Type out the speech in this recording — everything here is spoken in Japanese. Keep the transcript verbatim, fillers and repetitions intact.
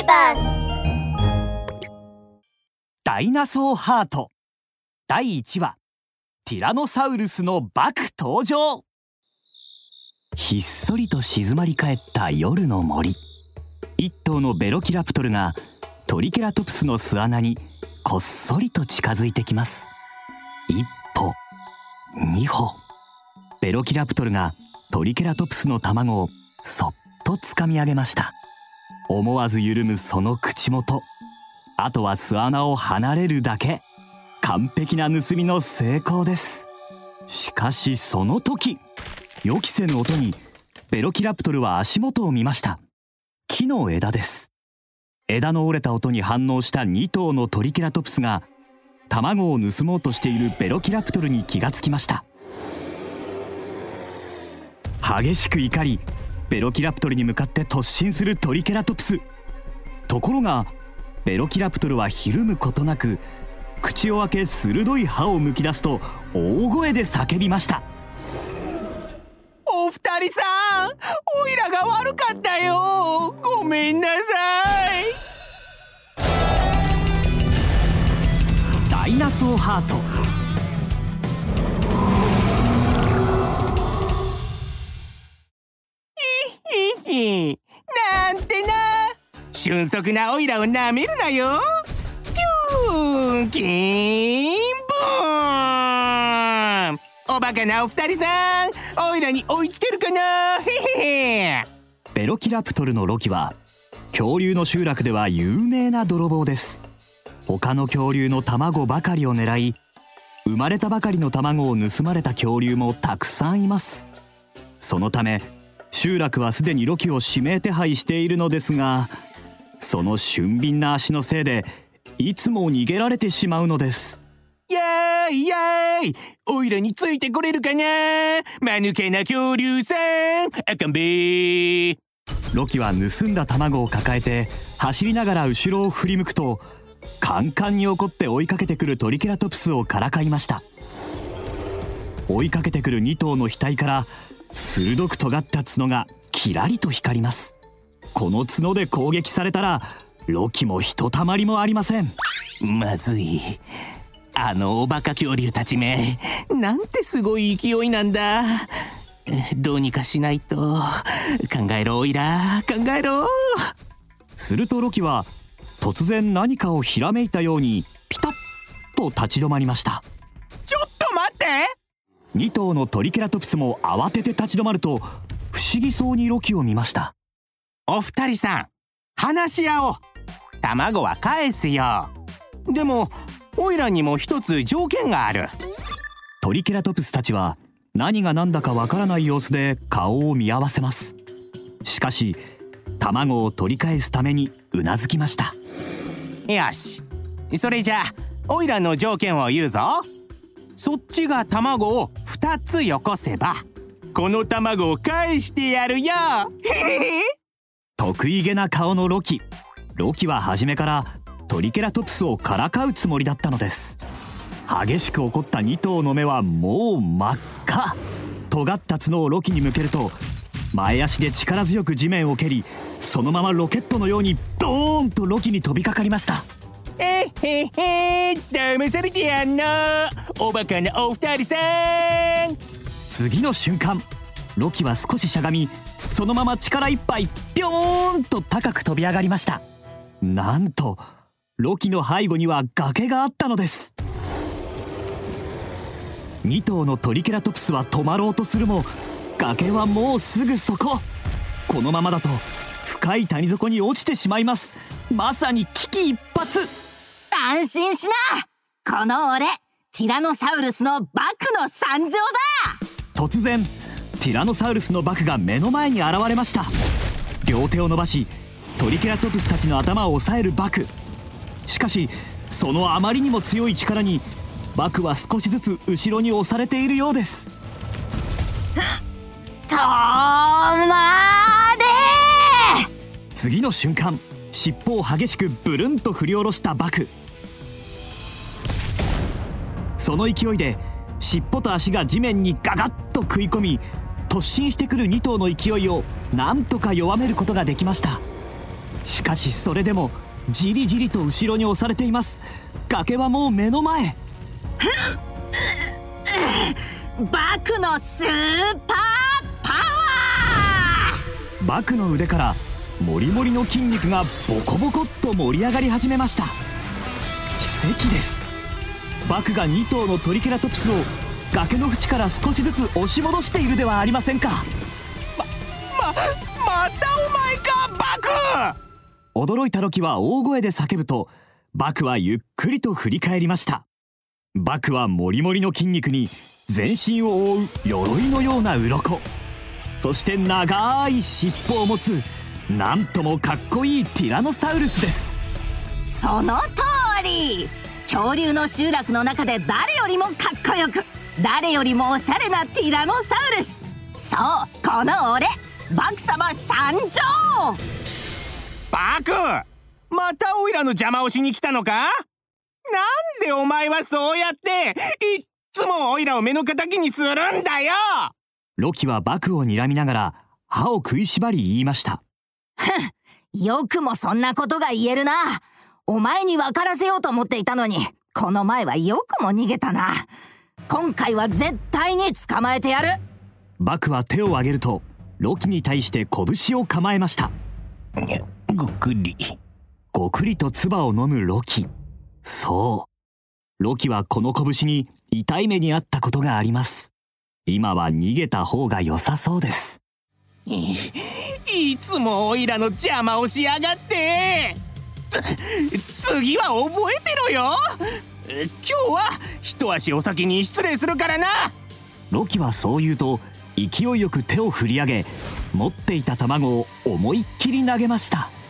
ビバスダイナソーハートだいいちわ、ティラノサウルスのバク登場。ひっそりと静まり返った夜の森。一頭のベロキラプトルがトリケラトプスの巣穴にこっそりと近づいてきます。一歩、二歩。ベロキラプトルがトリケラトプスの卵をそっと掴み上げました。思わず緩むその口元。あとは巣穴を離れるだけ。完璧な盗みの成功です。しかしその時、予期せぬ音にベロキラプトルは足元を見ました。木の枝です。枝の折れた音に反応したに頭のトリケラトプスが卵を盗もうとしているベロキラプトルに気がつきました。激しく怒り、ベロキラプトルに向かって突進するトリケラトプス。ところがベロキラプトルはひるむことなく口を開け鋭い歯をむき出すと大声で叫びました。 お二人さん、おいらが悪かったよ。ごめんなさい。 ダイナソーハート。 ひひひ、なんてな。俊足なおいらをなめるなよ。キューンキーンブーン。おバカなお二人さん、おいらに追いつけるかな。へへへ。 ベロキラプトルのロキは恐竜の集落では有名な泥棒です。他の恐竜の卵ばかりを狙い、生まれたばかりの卵を盗まれた恐竜もたくさんいます。そのため集落はすでにロキを指名手配しているのですが、その俊敏な足のせいでいつも逃げられてしまうのです。 やーいやーい、おいらについてこれるかな。間抜けな恐竜さん、あかんべー。 ロキは盗んだ卵を抱えて走りながら後ろを振り向くと、カンカンに怒って追いかけてくるトリケラトプスをからかいました。追いかけてくるに頭の額から鋭く尖った角がキラリと光ります。この角で攻撃されたらロキもひとたまりもありません。 まずい。あのおバカ恐竜たちめ、なんてすごい勢いなんだ。どうにかしないと。考えろおいら、考えろ。 するとロキは突然何かをひらめいたようにピタッと立ち止まりました。 ちょっと待って。 に頭のトリケラトプスも慌てて立ち止まると、不思議そうにロキを見ました。 お二人さん、話し合おう。卵は返すよ。でもオイラにも一つ条件がある。 トリケラトプスたちは何が何だかわからない様子で顔を見合わせます。しかし卵を取り返すためにうなずきました。 よし、それじゃあオイラの条件を言うぞ。そっちが卵をふたつよこせば、この卵を返してやるよ。 得意げな顔のロキ。ロキは初めからトリケラトプスをからかうつもりだったのです。激しく怒ったに頭の目はもう真っ赤。尖った角をロキに向けると、前足で力強く地面を蹴り、そのままロケットのようにドーンとロキに飛びかかりました。 えへへ、騙されてやんの、おバカなお二人さん。 次の瞬間、ロキは少ししゃがみ、そのまま力いっぱいピョーンと高く飛び上がりました。なんとロキの背後には崖があったのです。に頭のトリケラトプスは止まろうとするも、崖はもうすぐそこ。このままだと深い谷底に落ちてしまいます。まさに危機一髪。 安心しな。この俺、ティラノサウルスのバクの参上だ。 突然ティラノサウルスのバクが目の前に現れました。両手を伸ばしトリケラトプスたちの頭を押さえるバク。しかしそのあまりにも強い力にバクは少しずつ後ろに押されているようです。 止まれ。 次の瞬間、尻尾を激しくブルンと振り下ろしたバク。その勢いで尻尾と足が地面にガガッと食い込み、突進してくるに頭の勢いをなんとか弱めることができました。 しかしそれでもじりじりと後ろに押されています。崖はもう目の前。 バクのスーパーパワー。バクの腕からモリモリの筋肉がボコボコっと盛り上がり始めました。奇跡です。バクがに頭のトリケラトプスを崖の縁から少しずつ押し戻しているではありませんか。 ま、ま、またお前かバク。 驚いたロキは大声で叫ぶと、バクはゆっくりと振り返りました。バクはモリモリの筋肉に全身を覆う鎧のような鱗、そして長い尻尾を持つなんともかっこいいティラノサウルスです。 その通り。恐竜の集落の中で誰よりもかっこよく、誰よりもおしゃれなティラノサウルス。そう、この俺バク様参上。 バク、またオイラの邪魔をしに来たのか。なんでお前はそうやっていっつもオイラを目の敵にするんだよ。 ロキはバクを睨みながら歯を食いしばり言いました。 ふん、よくもそんなことが言えるな。お前に分からせようと思っていたのに、この前はよくも逃げたな。今回は絶対に捕まえてやる。 バクは手を挙げるとロキに対して拳を構えました。 ごくりごくりと唾を飲むロキ。そう、ロキはこの拳に痛い目にあったことがあります。今は逃げた方が良さそうです。 い, いつもオイラの邪魔をしやがって。次は覚えてろよ。今日は一足お先に失礼するからな。 ロキはそう言うと勢いよく手を振り上げ、持っていた卵を思いっきり投げました。